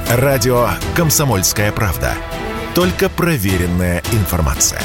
Радио «Комсомольская правда». Только проверенная информация.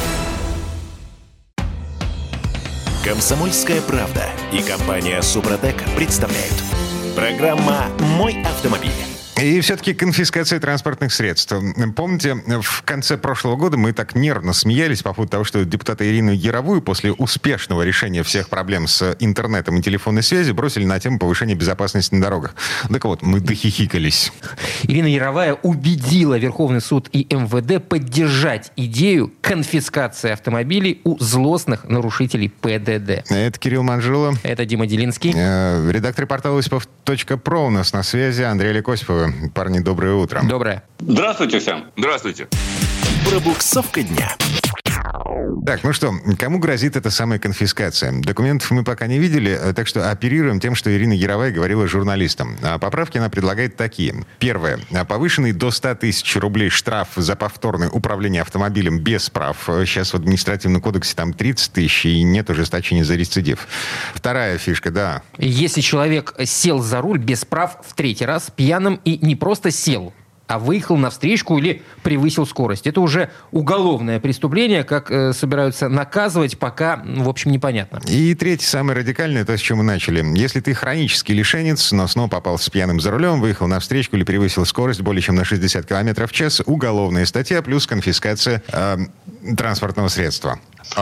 «Комсомольская правда» и компания «Супротек» представляют. Программа «Мой автомобиль». И все-таки конфискация транспортных средств. Помните, в конце прошлого года мы так нервно смеялись по поводу того, что депутата Ирину Яровую после успешного решения всех проблем с интернетом и телефонной связью бросили на тему повышения безопасности на дорогах. Так вот, мы дохихикались. Ирина Яровая убедила Верховный суд и МВД поддержать идею конфискации автомобилей у злостных нарушителей ПДД. Это Кирилл Манжула. Это Дима Делинский. Редактор портала Осипов.про у нас на связи. Андрей Олег Осипов. Парни, доброе утро. Доброе. Здравствуйте всем. Здравствуйте. Пробуксовка дня. Так, ну что, кому грозит эта самая конфискация? Документов мы пока не видели, так что оперируем тем, что Ирина Яровая говорила журналистам. Поправки она предлагает такие. Первое. Повышенный до 100 тысяч рублей штраф за повторное управление автомобилем без прав. Сейчас в административном кодексе там 30 тысяч, и нет ужесточения за рецидив. Вторая фишка, да. Если человек сел за руль без прав в третий раз, пьяным, и не просто сел, а выехал на встречку или превысил скорость. Это уже уголовное преступление. Как собираются наказывать, пока, в общем, непонятно. И третье, самое радикальное, то, с чем мы начали. Если ты хронический лишенец, но снова попался пьяным за рулем, выехал на встречку или превысил скорость более чем на 60 км в час, уголовная статья плюс конфискация транспортного средства.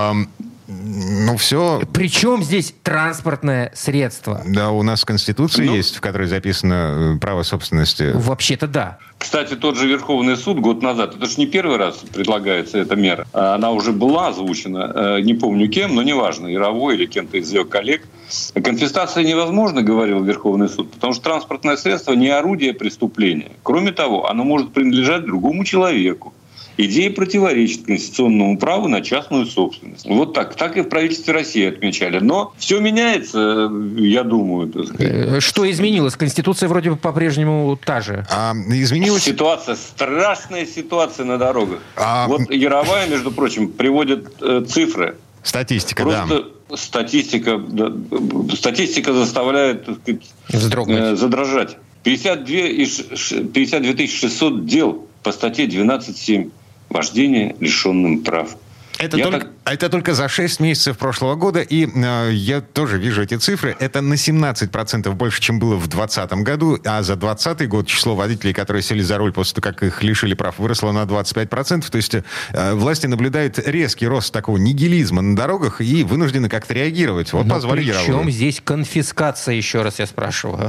Ну, все. Причем здесь транспортное средство? Да, у нас Конституция есть, в которой записано право собственности. Вообще-то да. Кстати, тот же Верховный суд год назад, это же не первый раз предлагается эта мера. Она уже была озвучена, не помню кем, но неважно, Яровой или кем-то из ее коллег. Конфискация невозможна, говорил Верховный суд, потому что транспортное средство не орудие преступления. Кроме того, оно может принадлежать другому человеку. Идея противоречит конституционному праву на частную собственность. Вот так. Так и в правительстве России отмечали. Но все меняется, я думаю. Так сказать. Что изменилось? Конституция вроде бы по-прежнему та же. Изменилась... Ситуация, страшная ситуация на дорогах. Вот Яровая, между прочим, приводит цифры. Статистика, просто да. Статистика заставляет, так сказать, задрожать. 52 600 дел по статье 12.7. Вождение лишенным прав. Это только за 6 месяцев прошлого года, и я тоже вижу эти цифры. Это на 17% больше, чем было в 2020 году, а за 2020 год число водителей, которые сели за руль после того, как их лишили прав, выросло на 25%. То есть власти наблюдают резкий рост такого нигилизма на дорогах и вынуждены как-то реагировать. Вот позвали Яровую. Причем здесь конфискация, еще раз я спрашиваю?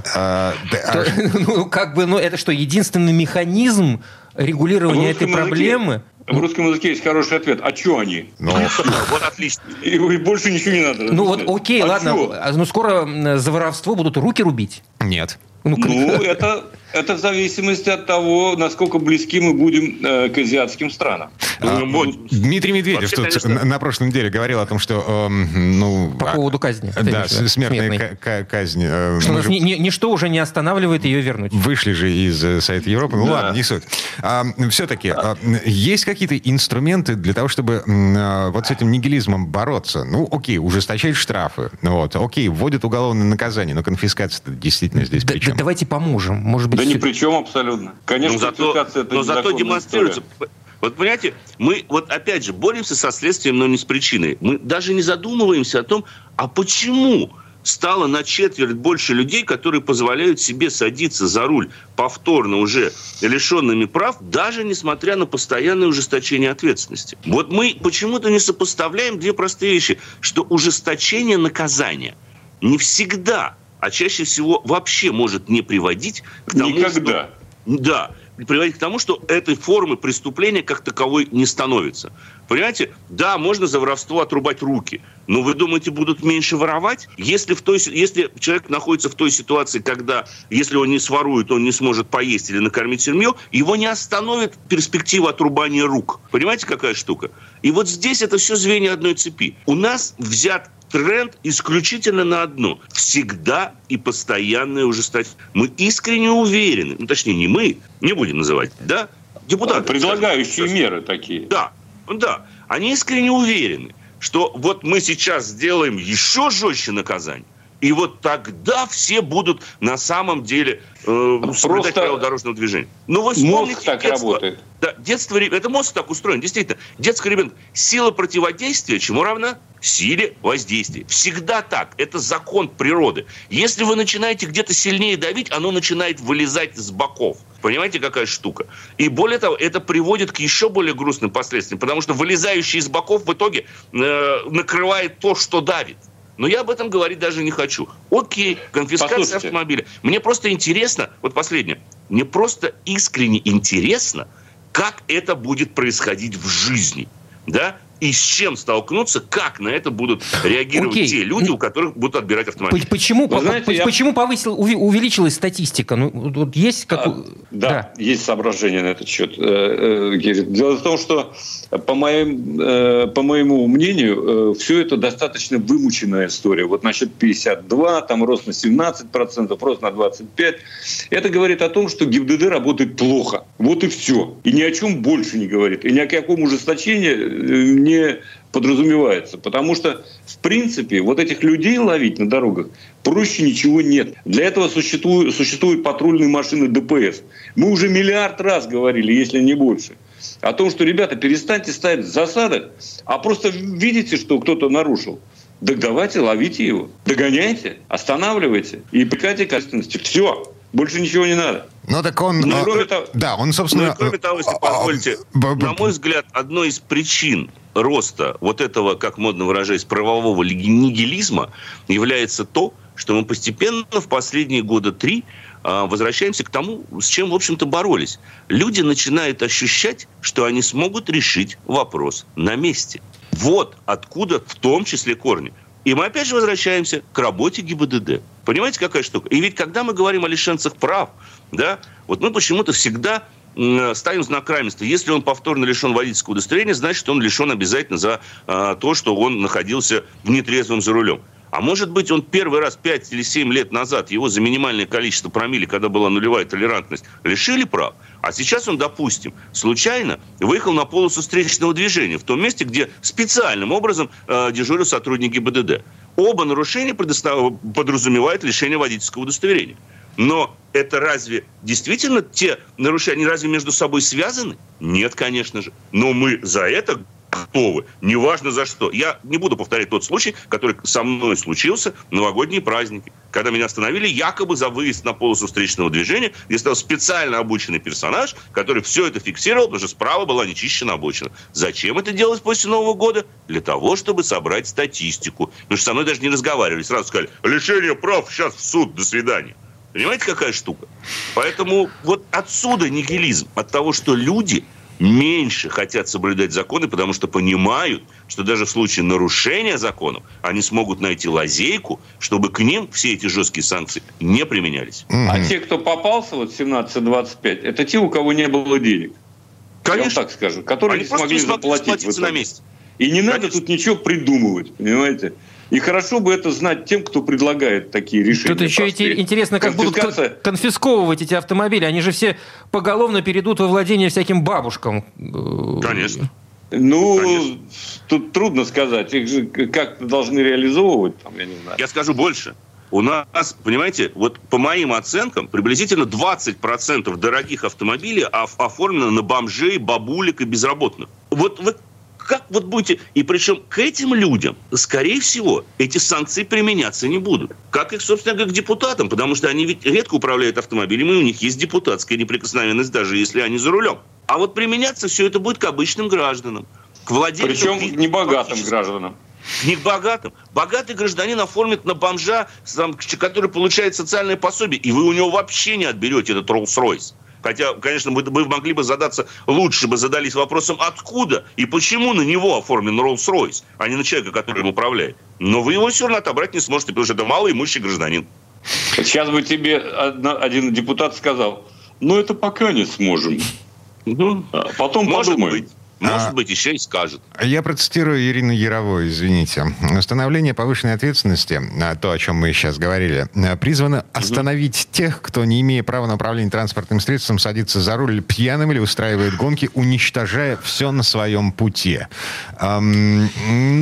Это что, единственный механизм регулирования этой проблемы? В русском языке есть хороший ответ. А что они? Вот отлично. И больше ничего не надо. Ну вот окей, ладно. Но скоро за воровство будут руки рубить? Нет. Это в зависимости от того, насколько близки мы будем к азиатским странам. Дмитрий Медведев тут на прошлой неделе говорил о том, что... По поводу казни. Да, смертная казнь. Что нас ничто уже не останавливает ее вернуть. Вышли же из Совета Европы. Ну ладно, не суть. Все-таки есть какие-то инструменты для того, чтобы вот с этим нигилизмом бороться? Ну, окей, ужесточают штрафы. Окей, вводят уголовное наказание, но конфискация-то действительно здесь при чем? Давайте поможем. Может быть, да ни при чем абсолютно. Конечно, но зато демонстрируется. Вот понимаете, мы вот опять же боремся со следствием, но не с причиной. Мы даже не задумываемся о том, а почему стало на четверть больше людей, которые позволяют себе садиться за руль повторно уже лишенными прав, даже несмотря на постоянное ужесточение ответственности. Вот мы почему-то не сопоставляем две простые вещи, что ужесточение наказания не всегда, а чаще всего вообще может не приводить к тому, никогда. Приводить к тому, что этой формы преступления как таковой не становится. Понимаете? Да, можно за воровство отрубать руки, но вы думаете, будут меньше воровать? Если человек находится в той ситуации, когда, если он не сворует, он не сможет поесть или накормить семью, его не остановит перспектива отрубания рук. Понимаете, какая штука? И вот здесь это все звенья одной цепи. У нас взят тренд исключительно на одно. Всегда и постоянное ужесточение. Мы искренне уверены, точнее, не мы, не будем называть, да? Депутаты. Предлагающие меры такие. Да. Они искренне уверены, что вот мы сейчас сделаем еще жестче наказание, И вот тогда все будут на самом деле соблюдать правила дорожного движения. Но вы вспомните, мозг так детство. работает. Да, детство, это мозг так устроен, действительно. Детский ребенок. Сила противодействия чему равна? Силе воздействия. Всегда так. Это закон природы. Если вы начинаете где-то сильнее давить, оно начинает вылезать с боков. Понимаете, какая штука? И более того, это приводит к еще более грустным последствиям, потому что вылезающий из боков в итоге накрывает то, что давит. Но я об этом говорить даже не хочу. Окей, конфискация автомобиля. Мне просто интересно, вот последнее, мне просто искренне интересно, как это будет происходить в жизни, да? И с чем столкнуться, как на это будут реагировать те люди, у которых будут отбирать автомобиль. Почему увеличилась статистика? Ну, вот есть да, есть соображения на этот счет. Дело в том, что, по моему мнению, все это достаточно вымученная история. Вот насчет 52, там рост на 17%, рост на 25%. Это говорит о том, что ГИБДД работает плохо. Вот и все. И ни о чем больше не говорит. И ни о каком ужесточении не подразумевается. Потому что, в принципе, вот этих людей ловить на дорогах проще ничего нет. Для этого существуют патрульные машины ДПС. Мы уже миллиард раз говорили, если не больше, о том, что, ребята, перестаньте ставить в засадах, а просто видите, что кто-то нарушил. Так давайте, ловите его, догоняйте, останавливайте и привлекайте к ответственности. Все. Больше ничего не надо. Ну, так он... Да, он, собственно... кроме того, если позволите, на мой взгляд, одной из причин роста вот этого, как модно выражаясь, правового нигилизма является то, что мы постепенно в последние года 3 возвращаемся к тому, с чем, в общем-то, боролись. Люди начинают ощущать, что они смогут решить вопрос на месте. Вот откуда в том числе корни. И мы опять же возвращаемся к работе ГИБДД. Понимаете, какая штука? И ведь когда мы говорим о лишенцах прав, да, вот мы почему-то всегда ставим знак равенства. Если он повторно лишен водительского удостоверения, значит, он лишен обязательно за то, что он находился нетрезвым за рулем. А может быть, он первый раз 5 или 7 лет назад, его за минимальное количество промилле, когда была нулевая толерантность, лишили прав. А сейчас он, допустим, случайно выехал на полосу встречного движения в том месте, где специальным образом дежурил сотрудник ГИБДД. Оба нарушения подразумевают лишение водительского удостоверения. Но это разве действительно те нарушения, они разве между собой связаны? Нет, конечно же. Но мы за это готовы. Неважно за что. Я не буду повторять тот случай, который со мной случился в новогодние праздники, когда меня остановили якобы за выезд на полосу встречного движения, где стоял специально обученный персонаж, который все это фиксировал, потому что справа была нечищена обочина. Зачем это делалось после Нового года? Для того, чтобы собрать статистику. Потому что со мной даже не разговаривали. Сразу сказали: лишение прав, сейчас в суд, до свидания. Понимаете, какая штука? Поэтому вот отсюда нигилизм. От того, что люди меньше хотят соблюдать законы, потому что понимают, что даже в случае нарушения законов они смогут найти лазейку, чтобы к ним все эти жесткие санкции не применялись. А те, кто попался, вот 17-25, это те, у кого не было денег. Конечно. Я вам так скажу. Которые не смогли заплатить на месте. И не надо тут ничего придумывать, понимаете? И хорошо бы это знать тем, кто предлагает такие решения. Тут еще интересно, как будут конфисковывать эти автомобили. Они же все поголовно перейдут во владение всяким бабушкам. Конечно. Ну, Конечно. Тут трудно сказать. Их же как-то должны реализовывать, там, я не знаю. Я скажу больше. У нас, понимаете, вот по моим оценкам, приблизительно 20% дорогих автомобилей оформлено на бомжей, бабулек и безработных. Вот вы как вот будете... И причем к этим людям, скорее всего, эти санкции применяться не будут. Как их, собственно говоря, к депутатам, потому что они ведь редко управляют автомобилями, и у них есть депутатская неприкосновенность, даже если они за рулем. А вот применяться все это будет к обычным гражданам. К владельцам... Причем к небогатым гражданам. Не к богатым. Богатый гражданин оформит на бомжа, который получает социальное пособие, и вы у него вообще не отберете этот Роллс-Ройс. Хотя, конечно, вы могли бы задаться, лучше бы задались вопросом, откуда и почему на него оформлен Роллс-Ройс, а не на человека, который им управляет. Но вы его все равно отобрать не сможете, потому что это малоимущий гражданин. Сейчас бы тебе один депутат сказал: ну, это пока не сможем. Потом подумаем. Может быть, еще и скажет. Я процитирую Ирину Яровой, извините. Установление повышенной ответственности, то, о чем мы сейчас говорили, призвано остановить тех, кто, не имея права на управление транспортным средством, садится за руль пьяным или устраивает гонки, уничтожая все на своем пути. Ну,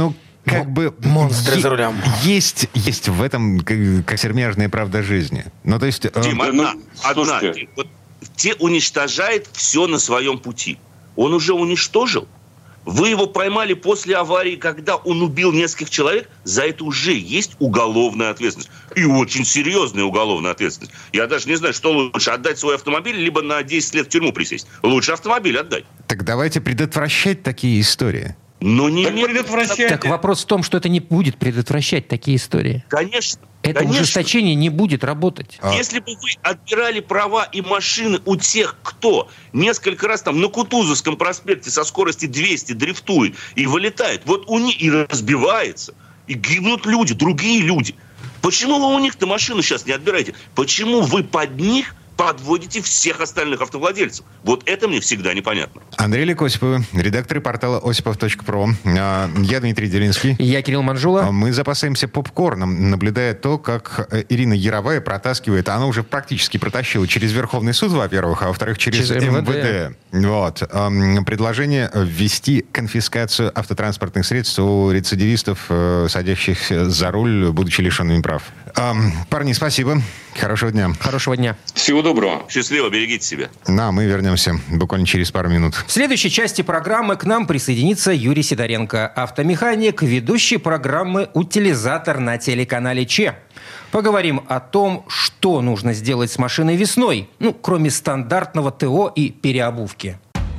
как бы... Монстры за рулем. Есть в этом как сермяжная правда жизни. Ну, то есть... Дим, одна. Вот те уничтожает все на своем пути. Он уже уничтожил. Вы его поймали после аварии, когда он убил нескольких человек. За это уже есть уголовная ответственность. И очень серьезная уголовная ответственность. Я даже не знаю, что лучше, отдать свой автомобиль, либо на 10 лет в тюрьму присесть. Лучше автомобиль отдать. Так давайте предотвращать такие истории. Но не предотвращайте. Так вопрос в том, что это не будет предотвращать такие истории. Конечно. Это конечно. ужесточение не будет работать. Если бы вы отбирали права и машины у тех, кто несколько раз там на Кутузовском проспекте со скорости 200 дрифтует и вылетает, вот у них и разбивается, и гибнут люди, другие люди. Почему вы у них-то машину сейчас не отбираете? Почему вы под них подводите всех остальных автовладельцев? Вот это мне всегда непонятно. Андрей Лекосипов, редакторы портала осипов.про. Я Дмитрий Делинский. Я Кирилл Манжула. Мы запасаемся попкорном, наблюдая то, как Ирина Яровая протаскивает, она уже практически протащила через Верховный суд, во-первых, а во-вторых, через МВД. Вот. Предложение ввести конфискацию автотранспортных средств у рецидивистов, садящихся за руль, будучи лишенными прав. Парни, спасибо. Хорошего дня. Хорошего дня. Всего доброго. Счастливо, берегите себя. Ну, а мы вернемся буквально через пару минут. В следующей части программы к нам присоединится Юрий Сидоренко, автомеханик, ведущий программы «Утилизатор» на телеканале ЧЕ. Поговорим о том, что нужно сделать с машиной весной, кроме стандартного ТО и переобувки.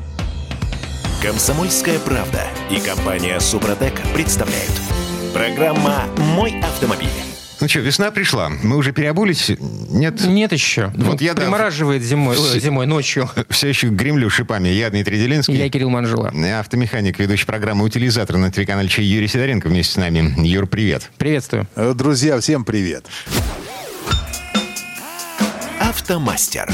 «Комсомольская правда» и компания «Супротек» представляют. Программа «Мой автомобиль». Ну что, весна пришла. Мы уже переобулись? Нет? Нет еще. Вот я, примораживает зимой, ночью. Все еще гремлю шипами. Я Дмитрий Делинский. Я Кирилл Манжула. Автомеханик, ведущий программы «Утилизатор» на телеканале ЧЕ Юрий Сидоренко вместе с нами. Юр, привет. Приветствую. Друзья, всем привет. «Автомастер».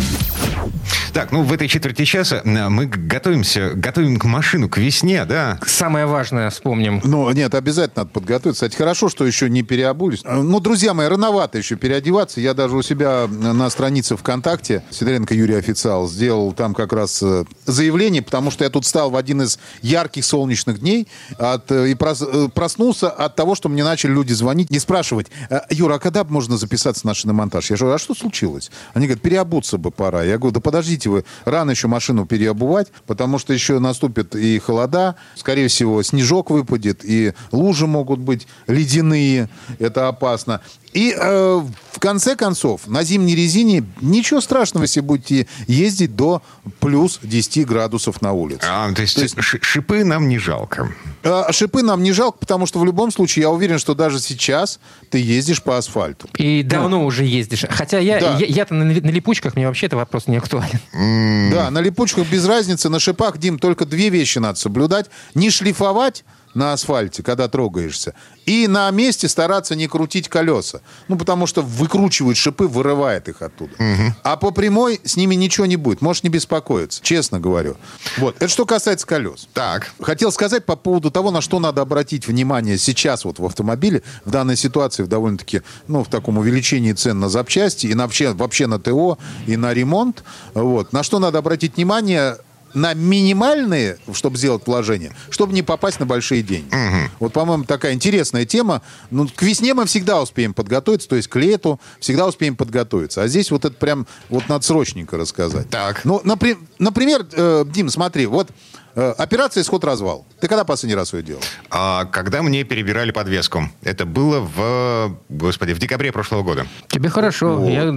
Так, в этой четверти часа мы готовим машину к весне, да? Самое важное вспомним. Нет, обязательно надо подготовиться. Кстати, хорошо, что еще не переобулись. Друзья мои, рановато еще переодеваться. Я даже у себя на странице ВКонтакте, Сидоренко Юрий Официал, сделал там как раз заявление, потому что я тут стал в один из ярких солнечных дней и проснулся от того, что мне начали люди звонить и спрашивать: Юра, а когда можно записаться на шиномонтаж? Я говорю, а что случилось? Они говорят, переобуться бы пора. Я говорю, да подождите вы, рано еще машину переобувать, потому что еще наступят и холода, скорее всего, снежок выпадет, и лужи могут быть ледяные, это опасно. И в конце концов, на зимней резине ничего страшного, если будете ездить до плюс 10 градусов на улице. То есть шипы нам не жалко? Шипы нам не жалко, потому что в любом случае я уверен, что даже сейчас ты ездишь по асфальту. И давно уже ездишь. Хотя я-то на липучках, мне вообще этот вопрос не актуален. Да, на липучках без разницы, на шипах, Дим, только две вещи надо соблюдать. Не шлифовать на асфальте, когда трогаешься, и на месте стараться не крутить колеса. Потому что выкручивают шипы, вырывает их оттуда. Угу. А по прямой с ними ничего не будет. Можешь не беспокоиться, честно говорю. Вот. Это что касается колес. Так. Хотел сказать по поводу того, на что надо обратить внимание сейчас в автомобиле, в данной ситуации, в довольно-таки, в таком увеличении цен на запчасти и вообще на ТО и на ремонт. Вот. На что надо обратить внимание? На минимальные, чтобы сделать вложения, чтобы не попасть на большие деньги. Угу. Вот, по-моему, такая интересная тема. К весне мы всегда успеем подготовиться, то есть к лету всегда успеем подготовиться. А здесь вот это прям надо срочненько рассказать. Так. Например, Дим, смотри, операция «Исход-развал». Ты когда последний раз ее делал? Когда мне перебирали подвеску. Это было в декабре прошлого года. Тебе хорошо. Вот. Я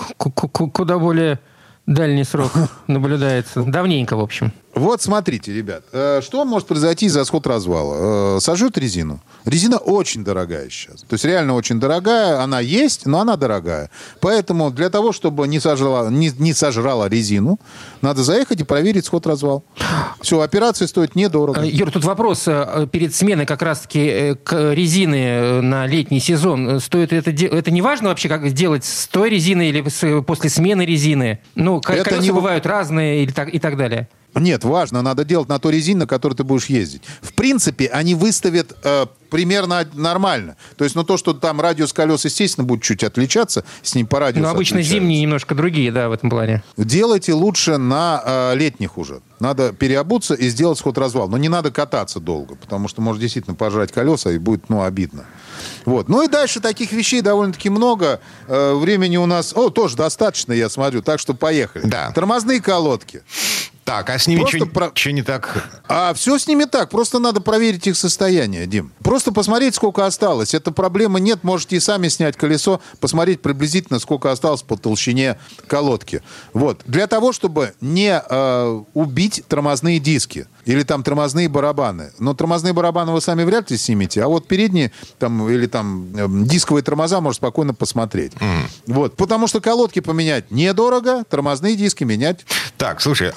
куда более... Дальний срок наблюдается. Давненько, в общем. Вот смотрите, ребят. Что может произойти из-за сход-развала? Сожжет резину. Резина очень дорогая сейчас. То есть реально очень дорогая. Она есть, но она дорогая. Поэтому для того, чтобы не сожрала резину, надо заехать и проверить сход-развал. Все, операция стоит недорого. Юр, тут вопрос. Перед сменой как раз-таки резины на летний сезон, стоит это не важно вообще, как делать с той резиной или после смены резины? Колеса бывают разные и так далее. Нет, важно, надо делать на той резине, на которой ты будешь ездить. В принципе, они выставят примерно нормально. То есть, то, что там радиус колес, естественно, будет чуть отличаться, с ним по радиусу Но обычно зимние немножко другие, да, в этом плане. Делайте лучше на летних уже. Надо переобуться и сделать сход-развал. Но не надо кататься долго, потому что может действительно пожрать колеса и будет, обидно. Вот. Ну и дальше таких вещей довольно-таки много. Времени у нас, тоже достаточно, я смотрю. Так что поехали. Да. Тормозные колодки. Так, а с ними что не так? А все с ними так. Просто надо проверить их состояние, Дим. Просто посмотреть, сколько осталось. Это проблемы нет. Можете и сами снять колесо, посмотреть приблизительно, сколько осталось по толщине колодки. Вот. Для того, чтобы не убить тормозные диски или там тормозные барабаны. Но тормозные барабаны вы сами вряд ли снимете, а вот передние или дисковые тормоза можно спокойно посмотреть. Вот. Потому что колодки поменять недорого, тормозные диски менять. Так, слушай,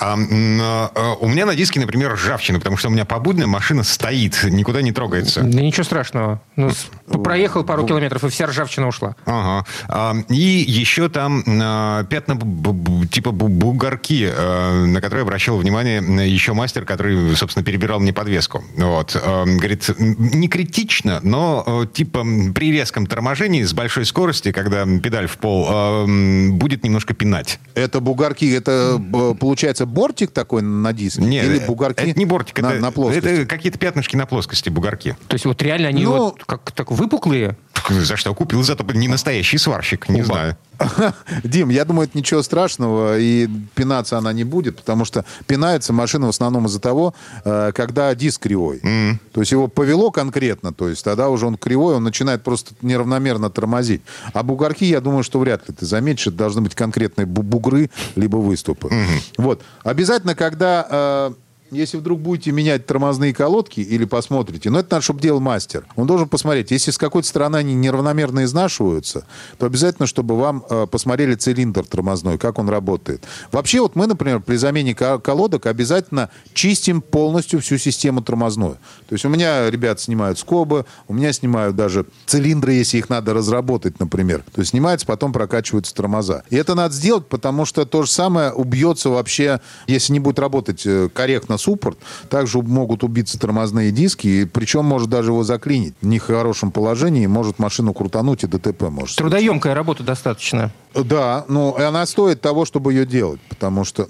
у меня на диске, например, ржавчина, потому что у меня побудная машина стоит, никуда не трогается. Да ничего страшного. Проехал пару километров, и вся ржавчина ушла. Ага. И еще там пятна типа бугорки, на которые обращал внимание еще мастер, который, собственно, перебирал мне подвеску. Вот. Говорит, не критично, но типа при резком торможении с большой скорости, когда педаль в пол, будет немножко пинать. Это бугорки, это получается бортик такой на диске? Нет, или бугорки это не бортик, на плоскости? Это какие-то пятнышки на плоскости, бугорки. То есть вот реально они как так выпуклые? За что купил? Зато не настоящий сварщик, не знаю. Дим, я думаю, это ничего страшного, и пинаться она не будет, потому что пинается машина в основном из-за того, когда диск кривой. То есть его повело конкретно, то есть тогда уже он кривой, он начинает просто неравномерно тормозить. А бугорки, я думаю, что вряд ли ты заметишь, это должны быть конкретные бугры, либо выступы. Вот. Обязательно, когда... Если вдруг будете менять тормозные колодки или посмотрите, это надо, чтобы делал мастер. Он должен посмотреть. Если с какой-то стороны они неравномерно изнашиваются, то обязательно, чтобы вам посмотрели цилиндр тормозной, как он работает. Вообще, мы, например, при замене колодок обязательно чистим полностью всю систему тормозную. То есть у меня ребята снимают скобы, у меня снимают даже цилиндры, если их надо разработать, например. То есть снимаются, потом прокачиваются тормоза. И это надо сделать, потому что то же самое убьется вообще, если не будет работать корректно суппорт, также могут убиться тормозные диски, и причем может даже его заклинить в нехорошем положении, может машину крутануть, и ДТП может. Трудоемкая работа достаточно. Да, она стоит того, чтобы ее делать, потому что,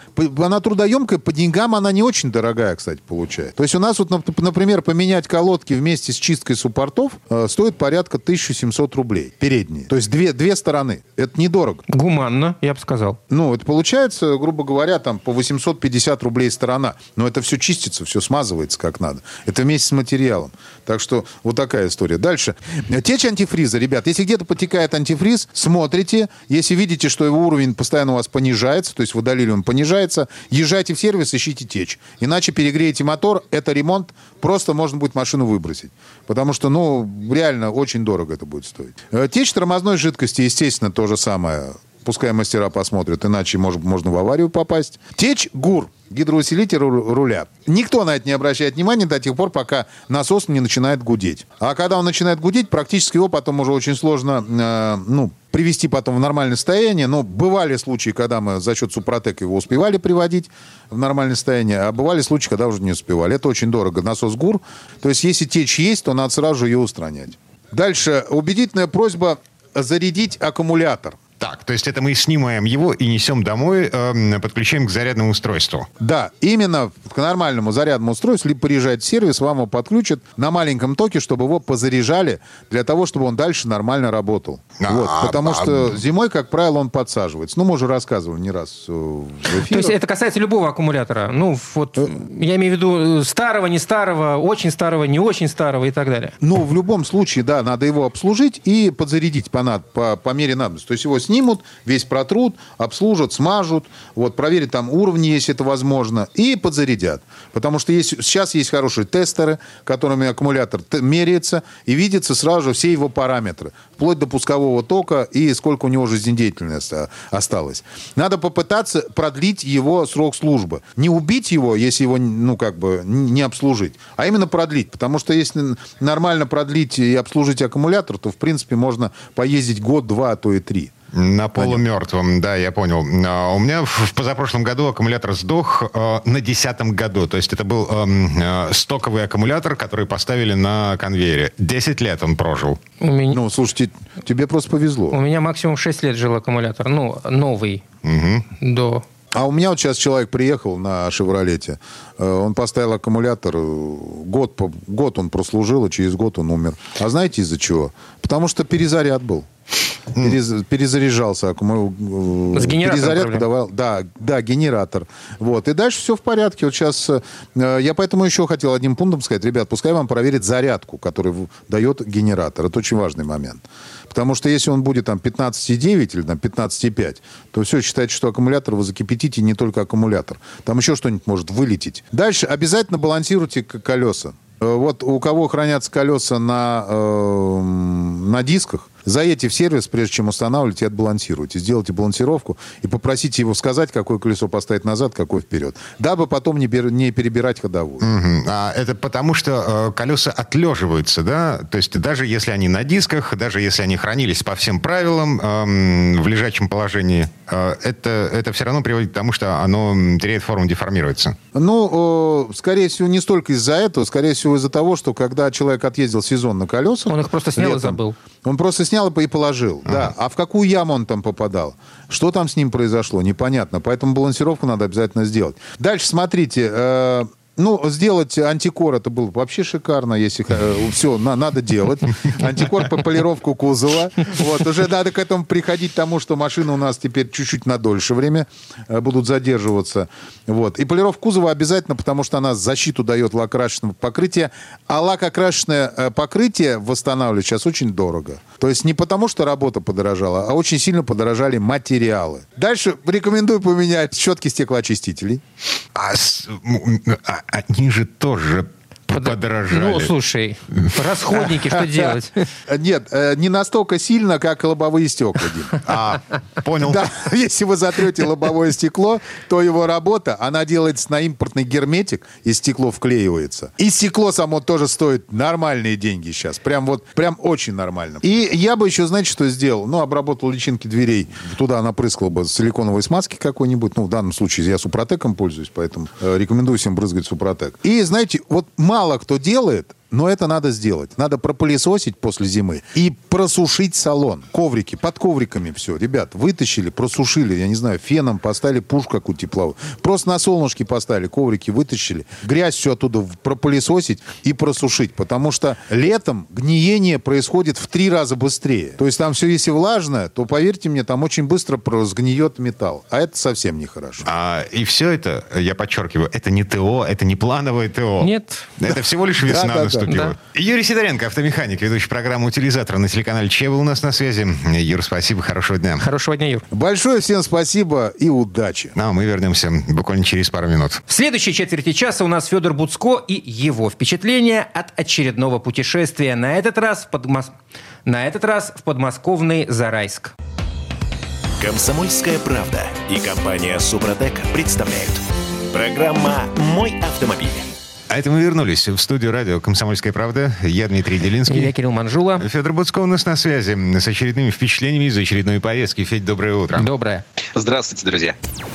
она трудоемкая, по деньгам она не очень дорогая, кстати, получается. То есть у нас например, поменять колодки вместе с чисткой суппортов стоит порядка 1700 рублей, передние. То есть две стороны. Это недорого. Гуманно, я бы сказал. Это получается, грубо говоря, по 850 рублей сторона. Но это все чистится, все смазывается как надо. Это вместе с материалом. Так что вот такая история. Дальше. Течь антифриза, ребят. Если где-то потекает антифриз, смотрите. Если видите, что его уровень постоянно у вас понижается, то есть в удалили он понижается, езжайте в сервис, ищите течь. Иначе перегреете мотор, это ремонт, просто можно будет машину выбросить. Потому что, реально очень дорого это будет стоить. Течь тормозной жидкости, естественно, то же самое. Пускай мастера посмотрят, иначе можно в аварию попасть. Течь ГУР, гидроусилитель руля. Никто на это не обращает внимания до тех пор, пока насос не начинает гудеть. А когда он начинает гудеть, практически его потом уже очень сложно привести потом в нормальное состояние. Но бывали случаи, когда мы за счет Супротека его успевали приводить в нормальное состояние, а бывали случаи, когда уже не успевали. Это очень дорого. Насос ГУР. То есть, если течь есть, то надо сразу же ее устранять. Дальше. Убедительная просьба зарядить аккумулятор. Так, то есть это мы снимаем его и несем домой, подключаем к зарядному устройству. Да, именно к нормальному зарядному устройству, либо приезжает в сервис, вам его подключат на маленьком токе, чтобы его позаряжали, для того, чтобы он дальше нормально работал. Потому что зимой, как правило, он подсаживается. Мы уже рассказывали не раз в эфире. То есть это касается любого аккумулятора? Я имею в виду старого, не старого, очень старого, не очень старого и так далее. В любом случае, да, надо его обслужить и подзарядить по мере надобности. То есть его снимут, весь протрут, обслужат, смажут, проверят там уровни, если это возможно, и подзарядят. Потому что сейчас есть хорошие тестеры, которыми аккумулятор меряется, и видится сразу же все его параметры, вплоть до пускового тока и сколько у него жизнедеятельности осталось. Надо попытаться продлить его срок службы. Не убить его, если его, не обслужить, а именно продлить. Потому что если нормально продлить и обслужить аккумулятор, то, в принципе, можно поездить год, два, а то и 3. На полумертвом, да, я понял. У меня в позапрошлом году аккумулятор сдох на 10-м году. То есть это был стоковый аккумулятор, который поставили на конвейере. 10 лет он прожил. Ну, слушайте, тебе просто повезло. У меня максимум 6 лет жил аккумулятор. Ну, новый. До... А у меня вот сейчас человек приехал на «Шевролете». Он поставил аккумулятор. Год он прослужил, и через год он умер. А знаете из-за чего? Потому что перезаряд был. Перезаряжался аккумулятор. С генератором давал. Да, генератор. Вот. И дальше все в порядке. Вот сейчас я поэтому еще хотел одним пунктом сказать: ребят, пускай вам проверят зарядку, которую дает генератор. Это очень важный момент. Потому что если он будет там 15,9 или там 15,5, то все, считайте, что аккумулятор вы закипятите, не только аккумулятор. Там еще что-нибудь может вылететь. Дальше обязательно балансируйте колеса. Вот у кого хранятся колеса на дисках, заедьте в сервис, прежде чем устанавливать, и отбалансируйте. Сделайте балансировку и попросите его сказать, какое колесо поставить назад, какое вперед. Дабы потом не перебирать ходовую. А это потому, что колеса отлеживаются, да? То есть даже если они на дисках, даже если они хранились по всем правилам в лежачем положении, это все равно приводит к тому, что оно теряет форму, деформируется. Ну, скорее всего, не столько из-за этого, скорее всего, из-за того, что когда человек отъездил сезон на колесах... Он их просто снял летом, и забыл. Он просто снял и положил. Да. А в какую яму он там попадал? Что там с ним произошло? Непонятно. Поэтому балансировку надо обязательно сделать. Дальше, смотрите... сделать антикор, это было бы вообще шикарно, если все, надо делать. Антикор по полировку кузова. Вот, уже надо к этому приходить, тому, что машины у нас теперь чуть-чуть на дольше время будут задерживаться. Вот. И полировка кузова обязательно, потому что она защиту дает лак-окрашенного покрытия. А лак-окрашенное покрытие восстанавливать сейчас очень дорого. То есть не потому, что работа подорожала, а очень сильно подорожали материалы. Дальше рекомендую поменять щетки стеклоочистителей. Они же тоже подорожали. Ну, слушай, расходники, что делать? Нет, не настолько сильно, как лобовые стекла, Дим. Понял. Да, если вы затрете лобовое стекло, то его работа, она делается на импортный герметик, и стекло вклеивается. И стекло само тоже стоит нормальные деньги сейчас. Прям очень нормально. И я бы еще, знаете, что сделал? Обработал личинки дверей. Туда напрыскал бы силиконовой смазки какой-нибудь. В данном случае я Супротеком пользуюсь, поэтому рекомендую всем брызгать Супротек. И, знаете, вот мало кто делает, но это надо сделать. Надо пропылесосить после зимы и просушить салон. Коврики, под ковриками все. Ребят, вытащили, просушили, я не знаю, феном поставили пушку какую-то тепловую. Просто на солнышке поставили, коврики вытащили. Грязь все оттуда пропылесосить и просушить. Потому что летом гниение происходит в 3 раза быстрее. То есть там все, если влажное, то, поверьте мне, там очень быстро сгниет металл. А это совсем нехорошо. И все это, я подчеркиваю, это не ТО, это не плановое ТО. Нет. Это всего лишь весна наступила. Да. Юрий Сидоренко, автомеханик, ведущий программу «Утилизатор» на телеканале ЧЕ был у нас на связи. Юр, спасибо, хорошего дня. Хорошего дня, Юр. Большое всем спасибо и удачи. А мы вернемся буквально через пару минут. В следующей четверти часа у нас Федор Буцко и его впечатления от очередного путешествия. На этот раз в подмосковный Зарайск. «Комсомольская правда» и компания «Супротек» представляют. Программа «Мой автомобиль». А это мы вернулись в студию радио «Комсомольская правда». Я Дмитрий Делинский. Я Кирилл Манжула. Федор Буцко у нас на связи с очередными впечатлениями из очередной поездки. Федь, доброе утро. Доброе. Здравствуйте, друзья.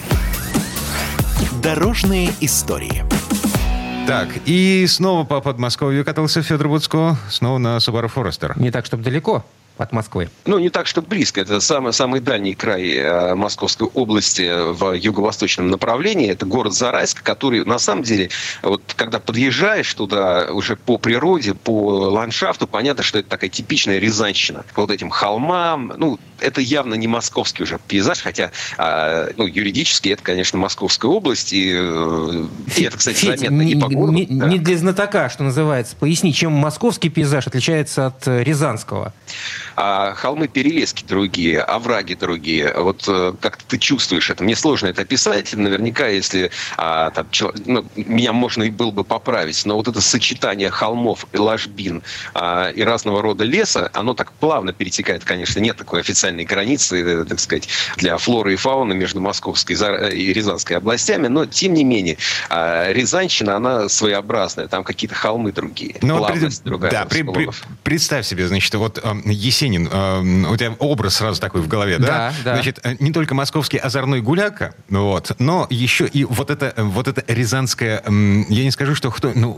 Дорожные истории. Так, и снова по Подмосковью катался Федор Буцко. Снова на Subaru Forester. Не так, чтобы далеко от Москвы. Не так, что близко. Это самый дальний край Московской области в юго-восточном направлении. Это город Зарайск, который, на самом деле, вот когда подъезжаешь туда уже по природе, по ландшафту, понятно, что это такая типичная рязанщина. По вот этим холмам. Это явно не московский уже пейзаж, хотя юридически это, конечно, Московская область. И это, кстати, заметно и по городу. Не для знатока, что называется. Поясни, чем московский пейзаж отличается от рязанского? Холмы, перелески другие, овраги другие. Вот как-то ты чувствуешь это. Мне сложно это описать. Наверняка, если меня можно и было бы поправить, но вот это сочетание холмов и ложбин и разного рода леса, оно так плавно перетекает, конечно, нет такой официальной границы, так сказать, для флоры и фауны между Московской и Рязанской областями, но, тем не менее, Рязанщина, она своеобразная. Там какие-то холмы другие. Плавность другая. Да, представь себе, значит, вот Есенин, у тебя образ сразу такой в голове, да? Да. Значит, не только московский озорной гуляка, вот, но еще и вот это рязанское, я не скажу, что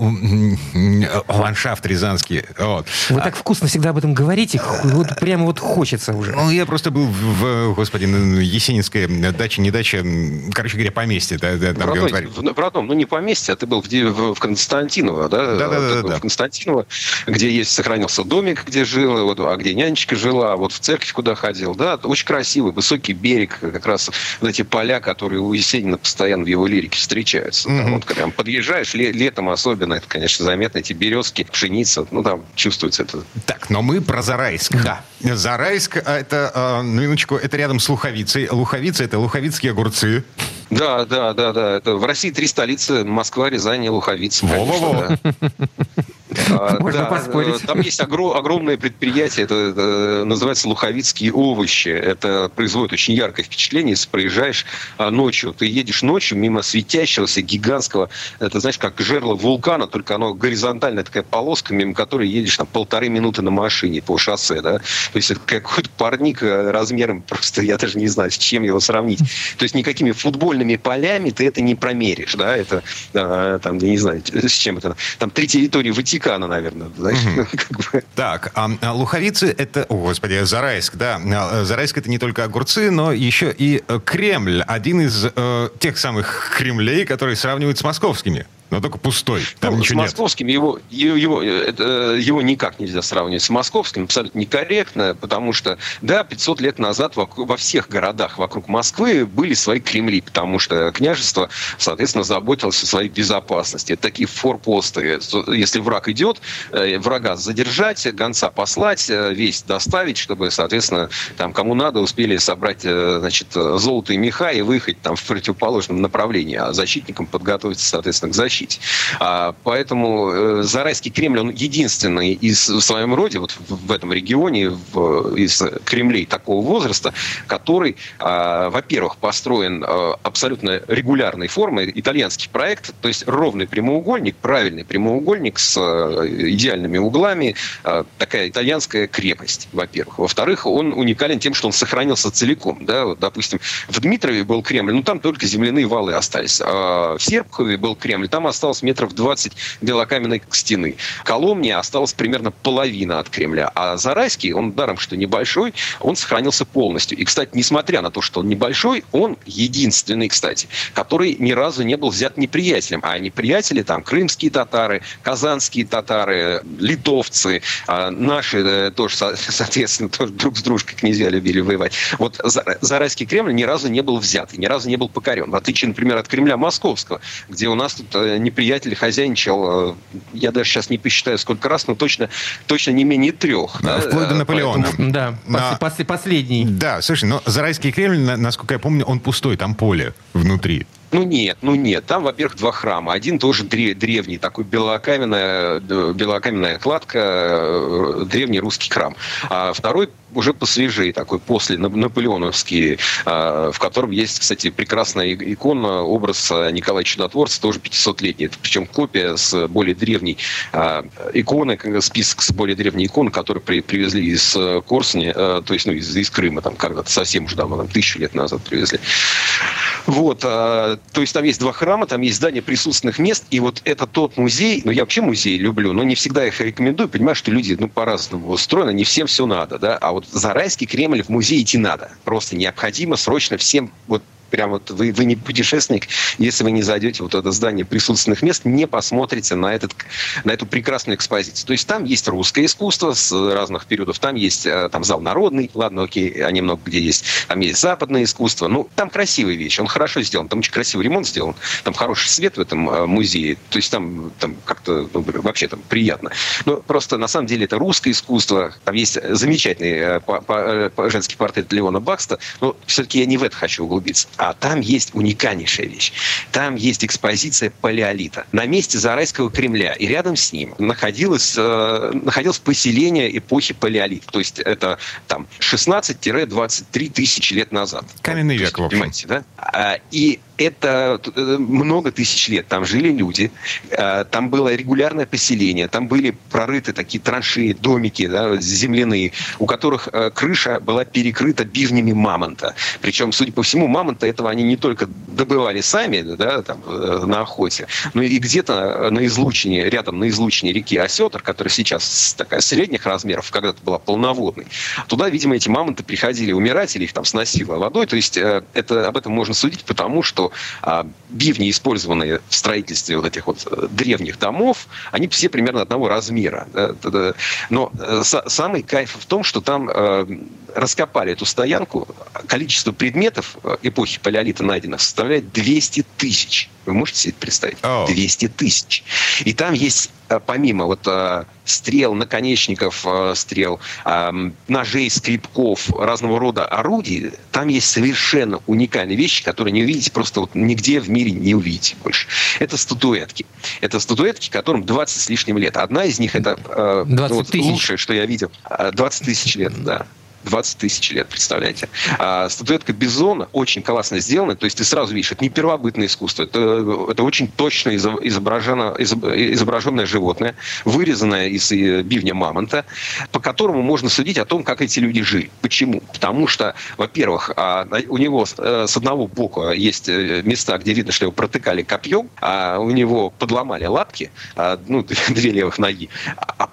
ландшафт рязанский. Вот. Вы так вкусно всегда об этом говорите, вот прямо вот хочется уже. Ну, я просто был господи, Есенинская дача, не дача, короче говоря, поместье, там, где он творит. В родном, не поместье, а ты был в Константиново, да? Да. В Константиново, где сохранился домик, где жил, а где нянечка жила, вот в церковь куда ходил, да? Очень красивый, высокий берег, как раз вот эти поля, которые у Есенина постоянно в его лирике встречаются. Там, вот, прям подъезжаешь, летом особенно, это, конечно, заметно, эти березки, пшеница, там чувствуется это. Так, но мы про Зарайск. Да. Зарайск, это, минуточку, это рядом с Луховицей. Луховица — это луховицкие огурцы. Да. Это в России 3 столицы: Москва, Рязань и Луховица. Во-во-во. Можно поспорить. Там есть огромное предприятие, это называется «Луховицкие овощи». Это производит очень яркое впечатление, если проезжаешь ночью. Ты едешь ночью мимо светящегося гигантского, это, знаешь, как жерло вулкана, только оно горизонтальная такая полоска, мимо которой едешь там 1,5 минуты на машине по шоссе, да. То есть это какой-то парник размером, просто я даже не знаю, с чем его сравнить. То есть никакими футбольными полями ты это не промеришь, да. Это, там, я не знаю, с чем это. Там 3 территории Ватикана, наверное. Знаешь, Так, а Луховицы — это... О, господи, Зарайск, да. Зарайск — это не только огурцы, но еще и Кремль. Один из тех самых Кремлей, которые сравнивают с московскими. Но только пустой, там ничего нет. С московским его никак нельзя сравнивать с московским, абсолютно некорректно, потому что, да, 500 лет назад во всех городах вокруг Москвы были свои Кремли, потому что княжество, соответственно, заботилось о своей безопасности. Это такие форпосты. Если враг идет, врага задержать, гонца послать, весть доставить, чтобы, соответственно, там, кому надо, успели собрать, значит, золото и меха и выехать там в противоположном направлении, а защитникам подготовиться, соответственно, к защите. Поэтому Зарайский Кремль, он единственный в своем роде вот в этом регионе из Кремлей такого возраста, который, во-первых, построен абсолютно регулярной формой, итальянский проект, то есть ровный прямоугольник, правильный прямоугольник с идеальными углами, такая итальянская крепость, во-первых. Во-вторых, он уникален тем, что он сохранился целиком. Да? Вот, допустим, в Дмитрове был Кремль, там только земляные валы остались. А в Серпухове был Кремль, там осталось метров 20 белокаменной стены. В Коломне осталась примерно половина от Кремля. А Зарайский, он даром, что небольшой, он сохранился полностью. И, кстати, несмотря на то, что он небольшой, он единственный, кстати, который ни разу не был взят неприятелем. А неприятели там крымские татары, казанские татары, литовцы, наши тоже, соответственно, тоже друг с дружкой князья любили воевать. Вот Зарайский Кремль ни разу не был взят, ни разу не был покорен. В отличие, например, от Кремля Московского, где у нас тут неприятель хозяйничал, я даже сейчас не посчитаю сколько раз, но точно не менее 3. Да, вплоть до Наполеона. Да, последний. Да, слушай, но Зарайский Кремль, насколько я помню, он пустой, там поле внутри. Ну нет. Там, во-первых, 2 храма. Один тоже древний, такой белокаменная кладка, древний русский храм. А второй уже посвежее, такой после наполеоновский, в котором есть, кстати, прекрасная икона, образ Николая Чудотворца, тоже 500-летний. Это причем копия с более древней иконы, список с более древней иконы, которую привезли из Корсуни, то есть из Крыма, там когда-то совсем уже давно, 1000 лет назад привезли. Вот, то есть там есть 2 храма, там есть здание присутственных мест, и вот это тот музей, я вообще музеи люблю, но не всегда их рекомендую, понимаю, что люди, по-разному устроены, не всем все надо, да, а вот в Зарайский Кремль в музей идти надо, просто необходимо срочно всем, вот прям вот вы не путешественник, если вы не зайдете вот в это здание присутственных мест, не посмотрите на эту прекрасную экспозицию. То есть там есть русское искусство с разных периодов, там есть там зал народный, ладно, окей, они много где есть, там есть западное искусство, там красивые вещи, он хорошо сделан, там очень красивый ремонт сделан, там хороший свет в этом музее, то есть там как-то вообще там приятно. Но просто на самом деле это русское искусство, там есть замечательный женский портрет Леона Бакста, но все-таки я не в это хочу углубиться. А там есть уникальнейшая вещь. Там есть экспозиция палеолита. На месте Зарайского Кремля и рядом с ним находилось поселение эпохи палеолита. То есть это там 16-23 тысячи лет назад. Каменный век, в общем. Понимаете, да? И Это много тысяч лет. Там жили люди, там было регулярное поселение, там были прорыты такие траншеи, домики, да, земляные, у которых крыша была перекрыта бивнями мамонта. Причем, судя по всему, мамонта этого они не только добывали сами, да, там, на охоте, но и где-то на излучине, рядом на излучине реки Осетр, которая сейчас такая средних размеров, когда-то была полноводной, туда, видимо, эти мамонты приходили умирать или их там сносило водой. То есть об этом можно судить, потому что бивни, использованные в строительстве вот этих вот древних домов, они все примерно одного размера. Но самый кайф в том, что там раскопали эту стоянку. Количество предметов эпохи палеолита найденных составляет 200 тысяч. Вы можете себе это представить? 200 тысяч. И там есть, помимо вот стрел, наконечников стрел, ножей, скребков, разного рода орудий, там есть совершенно уникальные вещи, которые не увидите просто вот нигде в мире не увидите больше. Это статуэтки. Это статуэтки, которым 20 с лишним лет. Одна из них это лучшее, что я видел. 20 тысяч лет, да. 20 тысяч лет, представляете. Статуэтка бизона очень классно сделана, то есть ты сразу видишь, это не первобытное искусство, это очень точно изображенное животное, вырезанное из бивня мамонта, по которому можно судить о том, как эти люди жили. Почему? Потому что, во-первых, у него с одного бока есть места, где видно, что его протыкали копьем, а у него подломали лапки, две левых ноги, а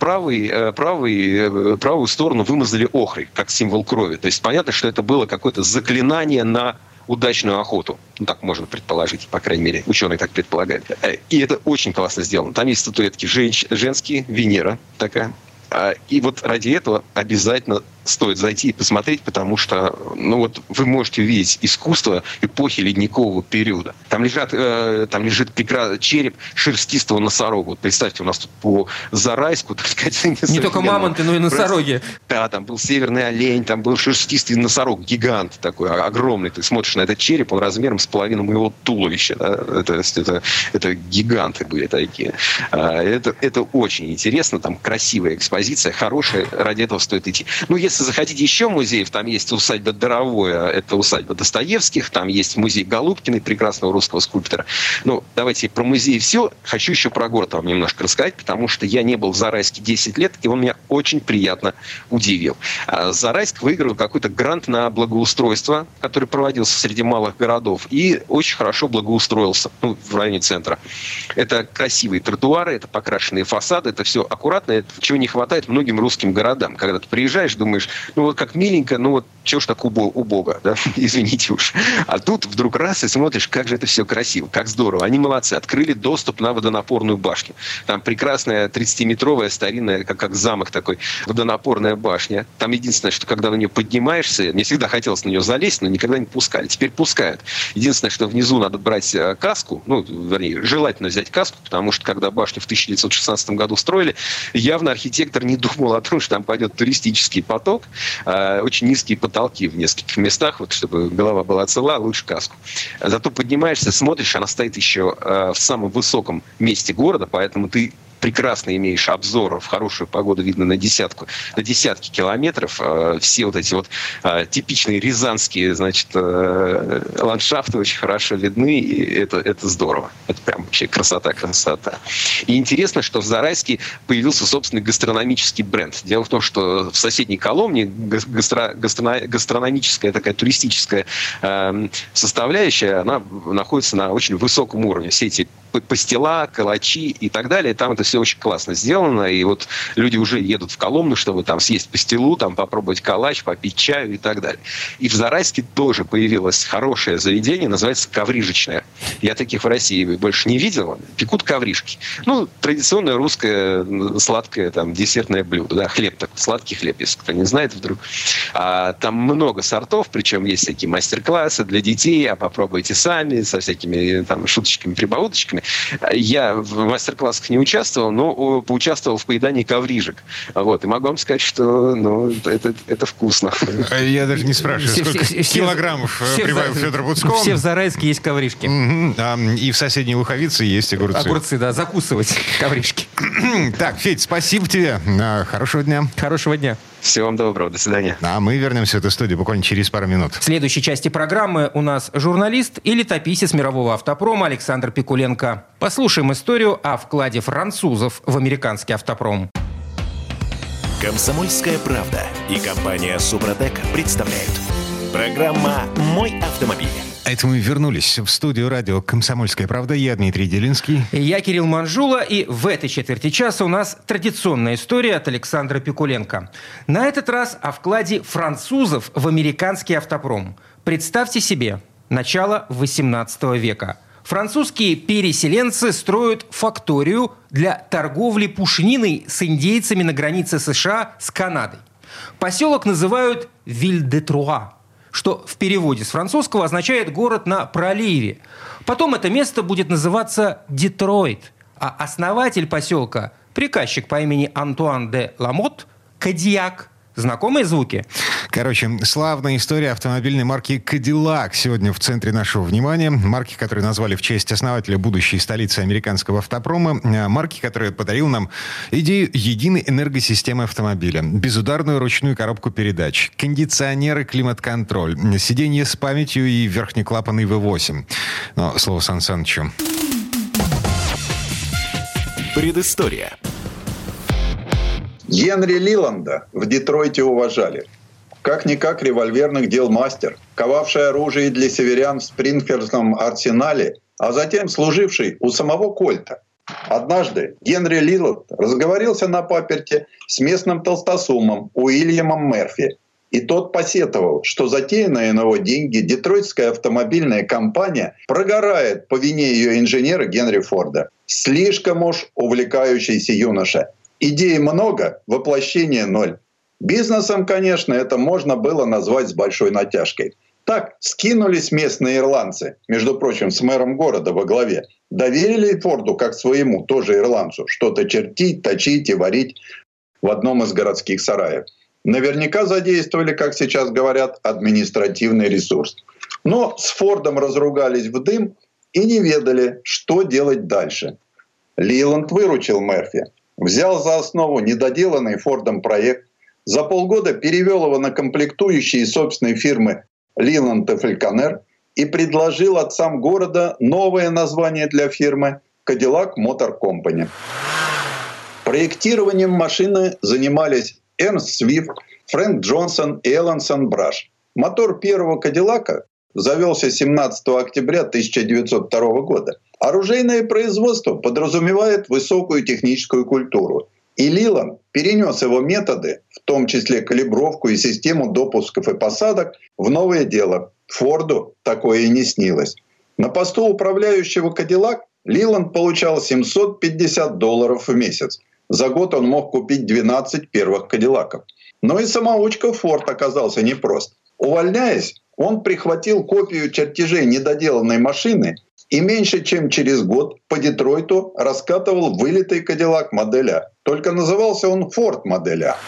правую сторону вымазали охрой, как символ крови. То есть понятно, что это было какое-то заклинание на удачную охоту. Так можно предположить, по крайней мере, ученые так предполагают. И это очень классно сделано. Там есть статуэтки женские, Венера такая. И вот ради этого обязательно стоит зайти и посмотреть, потому что вы можете увидеть искусство эпохи ледникового периода. Там лежит череп шерстистого носорога. Вот представьте, у нас тут по Зарайску, так сказать... Не только мамонты, но и носороги. Да, там был северный олень, там был шерстистый носорог, гигант такой, огромный. Ты смотришь на этот череп, он размером с половину моего туловища. Да? Это гиганты были такие. Это очень интересно, там красивая экспозиция, хорошая, ради этого стоит идти. Если захотите еще музеев, там есть усадьба Доровое, это усадьба Достоевских, там есть музей Голубкиной, прекрасного русского скульптора. Давайте про музей все. Хочу еще про город вам немножко рассказать, потому что я не был в Зарайске 10 лет, и он меня очень приятно удивил. Зарайск выиграл какой-то грант на благоустройство, который проводился среди малых городов, и очень хорошо благоустроился в районе центра. Это красивые тротуары, это покрашенные фасады, это все аккуратно, это чего не хватает многим русским городам. Когда ты приезжаешь, думаешь, как миленько, чего ж так убого, да? Извините уж. А тут вдруг раз и смотришь, как же это все красиво, как здорово. Они молодцы, открыли доступ на водонапорную башню. Там прекрасная 30-метровая старинная, как замок такой, водонапорная башня. Там единственное, что когда на нее поднимаешься, мне всегда хотелось на нее залезть, но никогда не пускали. Теперь пускают. Единственное, что внизу надо брать каску, желательно взять каску, потому что когда башню в 1916 году строили, явно архитектор не думал о том, что там пойдет туристический поток, очень низкие потолки в нескольких местах, чтобы голова была цела, лучше каску. Зато поднимаешься, смотришь, она стоит еще в самом высоком месте города, поэтому ты прекрасно имеешь обзор, в хорошую погоду видно на десятки километров. Все вот эти типичные рязанские, ландшафты очень хорошо видны, и это здорово. Это прям вообще красота. И интересно, что в Зарайске появился собственный гастрономический бренд. Дело в том, что в соседней Коломне гастрономическая такая туристическая составляющая, она находится на очень высоком уровне. Все эти пастила, калачи и так далее. Там это все очень классно сделано. И люди уже едут в Коломну, чтобы там съесть пастилу, там попробовать калач, попить чаю и так далее. И в Зарайске тоже появилось хорошее заведение, называется «Коврижечное». Я таких в России больше не видел. Пекут ковришки. Традиционное русское сладкое десертное блюдо. Да, хлеб такой, сладкий хлеб, если кто не знает вдруг. Там много сортов, причем есть всякие мастер-классы для детей, а попробуйте сами, со всякими шуточками, прибауточками. Я в мастер-классах не участвовал, но поучаствовал в поедании коврижек. И могу вам сказать, что это вкусно. Я даже не спрашиваю, сколько килограммов прибавил Федор Буцко. Все в Зарайске есть ковришки. И в соседней Луховице есть огурцы. Огурцы, да, закусывать ковришки. Так, Федь, спасибо тебе. Хорошего дня. Хорошего дня. Всего вам доброго, до свидания. А мы вернемся в эту студию буквально через пару минут. В следующей части программы у нас журналист и летописец мирового автопрома Александр Пикуленко. Послушаем историю о вкладе французов в американский автопром. «Комсомольская правда» и компания «Супротек» представляют. Программа «Мой автомобиль». Это мы вернулись в студию радио «Комсомольская правда». Я Дмитрий Делинский. Я Кирилл Манжула, и в этой четверти часа у нас традиционная история от Александра Пикуленко. На этот раз о вкладе французов в американский автопром. Представьте себе, начало 18 века. Французские переселенцы строят факторию для торговли пушниной с индейцами на границе США с Канадой. Поселок называют Виль-де-Труа, что в переводе с французского означает «город на проливе». Потом это место будет называться Детройт, а основатель поселка, приказчик по имени Антуан де Ламотт, Кадиллак. Знакомые звуки? Короче, славная история автомобильной марки «Кадиллак» сегодня в центре нашего внимания. Марки, которую назвали в честь основателя будущей столицы американского автопрома. Марки, которая подарила нам идею единой энергосистемы автомобиля. Безударную ручную коробку передач, кондиционеры, климат-контроль, сиденье с памятью и верхнеклапанный V8. Но слово Сан Санычу. Предыстория. Генри Лиланда в Детройте уважали. Как-никак револьверных дел мастер, ковавший оружие для северян в Спрингфилдском арсенале, а затем служивший у самого Кольта. Однажды Генри Лиланд разговорился на паперти с местным толстосумом Уильямом Мерфи. И тот посетовал, что затеянная на его деньги детройтская автомобильная компания прогорает по вине ее инженера Генри Форда. Слишком уж увлекающийся юноша. Идей много, воплощения ноль. Бизнесом, конечно, это можно было назвать с большой натяжкой. Так скинулись местные ирландцы, между прочим, с мэром города во главе. Доверили Форду, как своему, тоже ирландцу, что-то чертить, точить и варить в одном из городских сараев. Наверняка задействовали, как сейчас говорят, административный ресурс. Но с Фордом разругались в дым и не ведали, что делать дальше. Лиланд выручил Мерфи. Взял за основу недоделанный Фордом проект, за полгода перевел его на комплектующие собственной фирмы Лиланд и Фальконер и предложил отцам города новое название для фирмы Cadillac Motor Company. Проектированием машины занимались Эрнст Свифт, Фрэнк Джонсон и Эллансон Браш. Мотор первого Кадиллака завелся 17 октября 1902 года. Оружейное производство подразумевает высокую техническую культуру. И Лиланд перенес его методы, в том числе калибровку и систему допусков и посадок, в новое дело. Форду такое и не снилось. На посту управляющего Кадиллак Лиланд получал $750 в месяц. За год он мог купить 12 первых Кадиллаков. Но и самоучка Форд оказался непрост. Увольняясь, он прихватил копию чертежей недоделанной машины и меньше чем через год по Детройту раскатывал вылитый Кадиллак модель А. Только назывался он Форд модель А.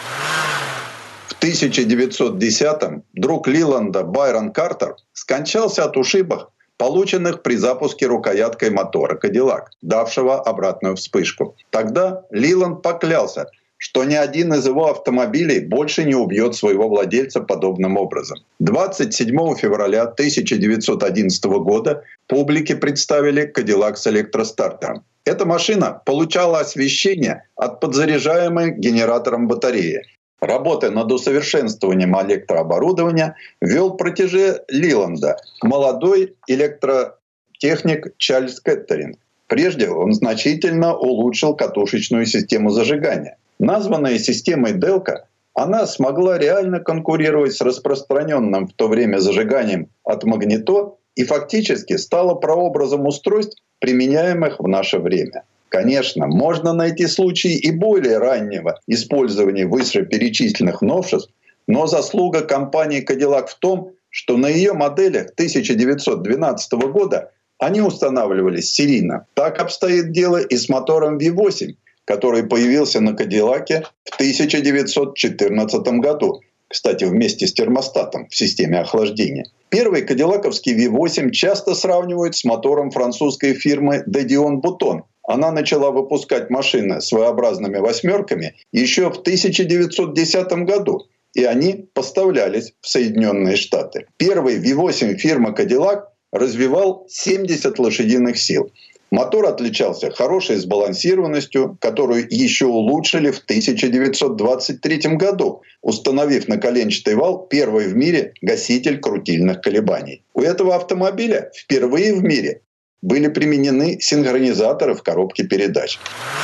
В 1910-м друг Лиланда Байрон Картер скончался от ушибов, полученных при запуске рукояткой мотора Кадиллак, давшего обратную вспышку. Тогда Лиланд поклялся, что ни один из его автомобилей больше не убьет своего владельца подобным образом. 27 февраля 1911 года публике представили Кадиллак с электростартером. Эта машина получала освещение от подзаряжаемой генератором батареи. Работы над усовершенствованием электрооборудования вел протеже Лиланда, молодой электротехник Чарльз Кеттеринг. Прежде он значительно улучшил катушечную систему зажигания. Названная системой Делка, она смогла реально конкурировать с распространенным в то время зажиганием от магнито и фактически стала прообразом устройств, применяемых в наше время. Конечно, можно найти случаи и более раннего использования вышеперечисленных новшеств, но заслуга компании Cadillac в том, что на ее моделях 1912 года они устанавливались серийно. Так обстоит дело и с мотором V8, который появился на Кадиллаке в 1914 году. Кстати, вместе с термостатом в системе охлаждения. Первый кадиллаковский V8 часто сравнивают с мотором французской фирмы De Dion Bouton. Она начала выпускать машины своеобразными восьмерками еще в 1910 году. И они поставлялись в Соединенные Штаты. Первый V8 фирмы Cadillac развивал 70 лошадиных сил. Мотор отличался хорошей сбалансированностью, которую еще улучшили в 1923 году, установив на коленчатый вал первый в мире гаситель крутильных колебаний. У этого автомобиля впервые в мире были применены синхронизаторы в коробке передач.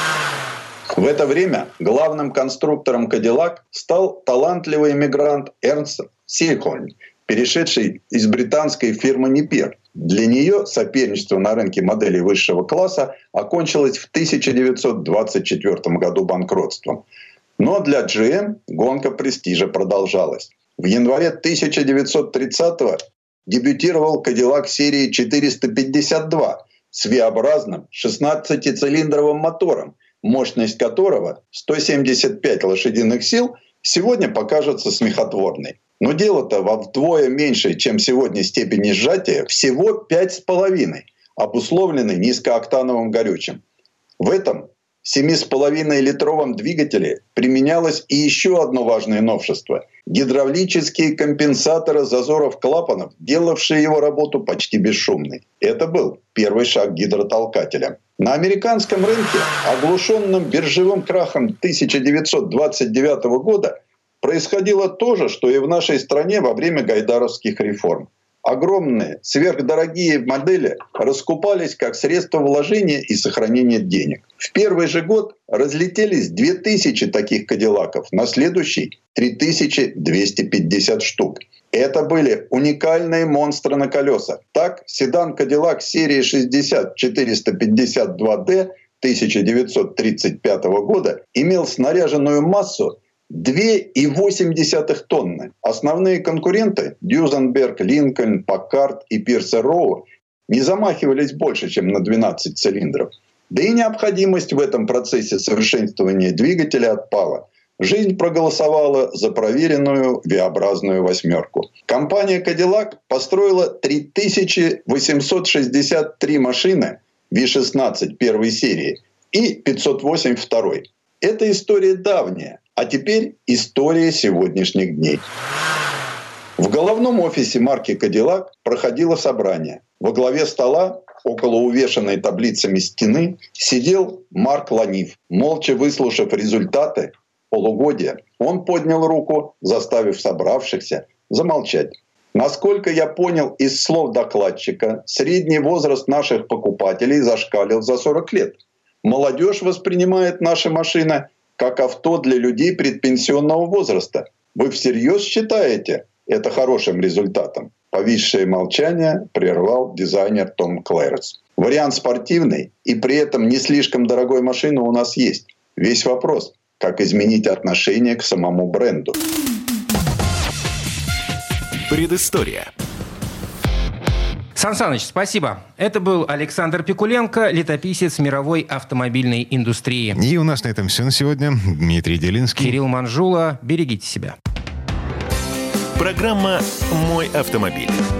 В это время главным конструктором Cadillac стал талантливый эмигрант Эрнст Сильхольм, перешедший из британской фирмы Непер. Для нее соперничество на рынке моделей высшего класса окончилось в 1924 году банкротством. Но для GM гонка престижа продолжалась. В январе 1930-го дебютировал Cadillac серии 452 с V-образным 16-цилиндровым мотором, мощность которого 175 лошадиных сил сегодня покажется смехотворной. Но дело-то во вдвое меньшей, чем сегодня степени сжатия, всего 5,5, обусловленной низкооктановым горючим. В этом 7,5-литровом двигателе применялось и еще одно важное новшество — гидравлические компенсаторы зазоров клапанов, делавшие его работу почти бесшумной. Это был первый шаг гидротолкателя. На американском рынке, оглушенном биржевым крахом 1929 года, происходило то же, что и в нашей стране во время гайдаровских реформ. Огромные, сверхдорогие модели раскупались как средство вложения и сохранения денег. В первый же год разлетелись 2000 таких кадиллаков, на следующий — 3250 штук. Это были уникальные монстры на колесах. Так, седан Cadillac серии 60-452D 1935 года имел снаряженную массу 2,8 тонны. Основные конкуренты — Дюзенберг, Линкольн, Паккард и Пирсер Роу — не замахивались больше, чем на 12 цилиндров. Да и необходимость в этом процессе совершенствования двигателя отпала. Жизнь проголосовала за проверенную V-образную восьмерку. Компания Cadillac построила 3863 машины V16 первой серии и 508 второй. Эта история давняя. А теперь история сегодняшних дней. В головном офисе марки Cadillac проходило собрание. Во главе стола, около увешанной таблицами стены, сидел Марк Ланиф. Молча выслушав результаты полугодия, он поднял руку, заставив собравшихся замолчать. Насколько я понял из слов докладчика, средний возраст наших покупателей зашкалил за 40 лет. Молодежь воспринимает наши машины как авто для людей предпенсионного возраста. Вы всерьез считаете это хорошим результатом? Повисшее молчание прервал дизайнер Том Клэрец. Вариант спортивный и при этом не слишком дорогой машины у нас есть. Весь вопрос, как изменить отношение к самому бренду. Предыстория. Сан Саныч, спасибо. Это был Александр Пикуленко, летописец мировой автомобильной индустрии. И у нас на этом все на сегодня. Дмитрий Делинский. Кирилл Манжула. Берегите себя. Программа «Мой автомобиль».